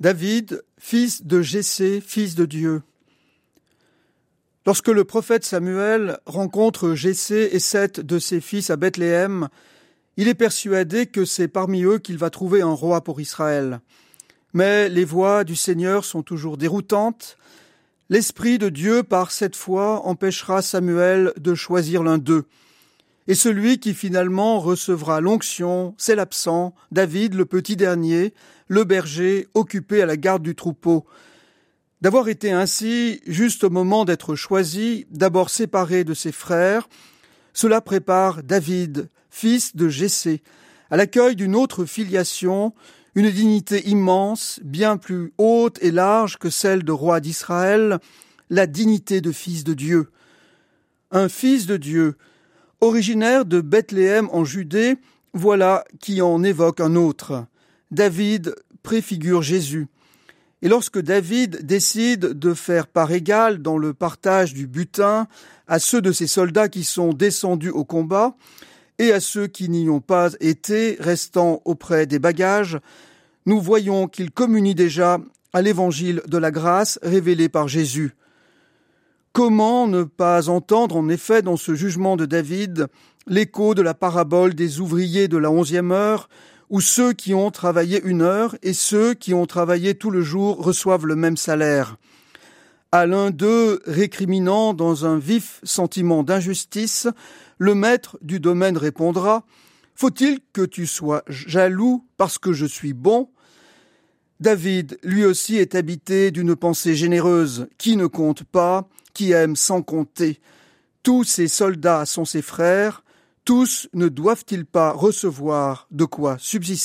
David, fils de Jessé, fils de Dieu. Lorsque le prophète Samuel rencontre Jessé et 7 de ses fils à Bethléem, il est persuadé que c'est parmi eux qu'il va trouver un roi pour Israël. Mais les voies du Seigneur sont toujours déroutantes. L'Esprit de Dieu, par cette fois, empêchera Samuel de choisir l'un d'eux. Et celui qui finalement recevra l'onction, c'est l'absent, David, le petit dernier, le berger, occupé à la garde du troupeau. D'avoir été ainsi, juste au moment d'être choisi, d'abord séparé de ses frères, cela prépare David, fils de Jessé, à l'accueil d'une autre filiation, une dignité immense, bien plus haute et large que celle de roi d'Israël, la dignité de fils de Dieu. Un fils de Dieu, originaire de Bethléem en Judée, voilà qui en évoque un autre. David préfigure Jésus. Et lorsque David décide de faire part égale dans le partage du butin à ceux de ses soldats qui sont descendus au combat et à ceux qui n'y ont pas été, restant auprès des bagages, nous voyons qu'il communie déjà à l'évangile de la grâce révélé par Jésus. Comment ne pas entendre en effet dans ce jugement de David l'écho de la parabole des ouvriers de la 11e heure, où ceux qui ont travaillé 1 heure et ceux qui ont travaillé tout le jour reçoivent le même salaire. À l'un d'eux, récriminant dans un vif sentiment d'injustice, le maître du domaine répondra « Faut-il que tu sois jaloux parce que je suis bon ?» David, lui aussi, est habité d'une pensée généreuse, qui ne compte pas, qui aime sans compter. Tous ses soldats sont ses frères, tous ne doivent-ils pas recevoir de quoi subsister ?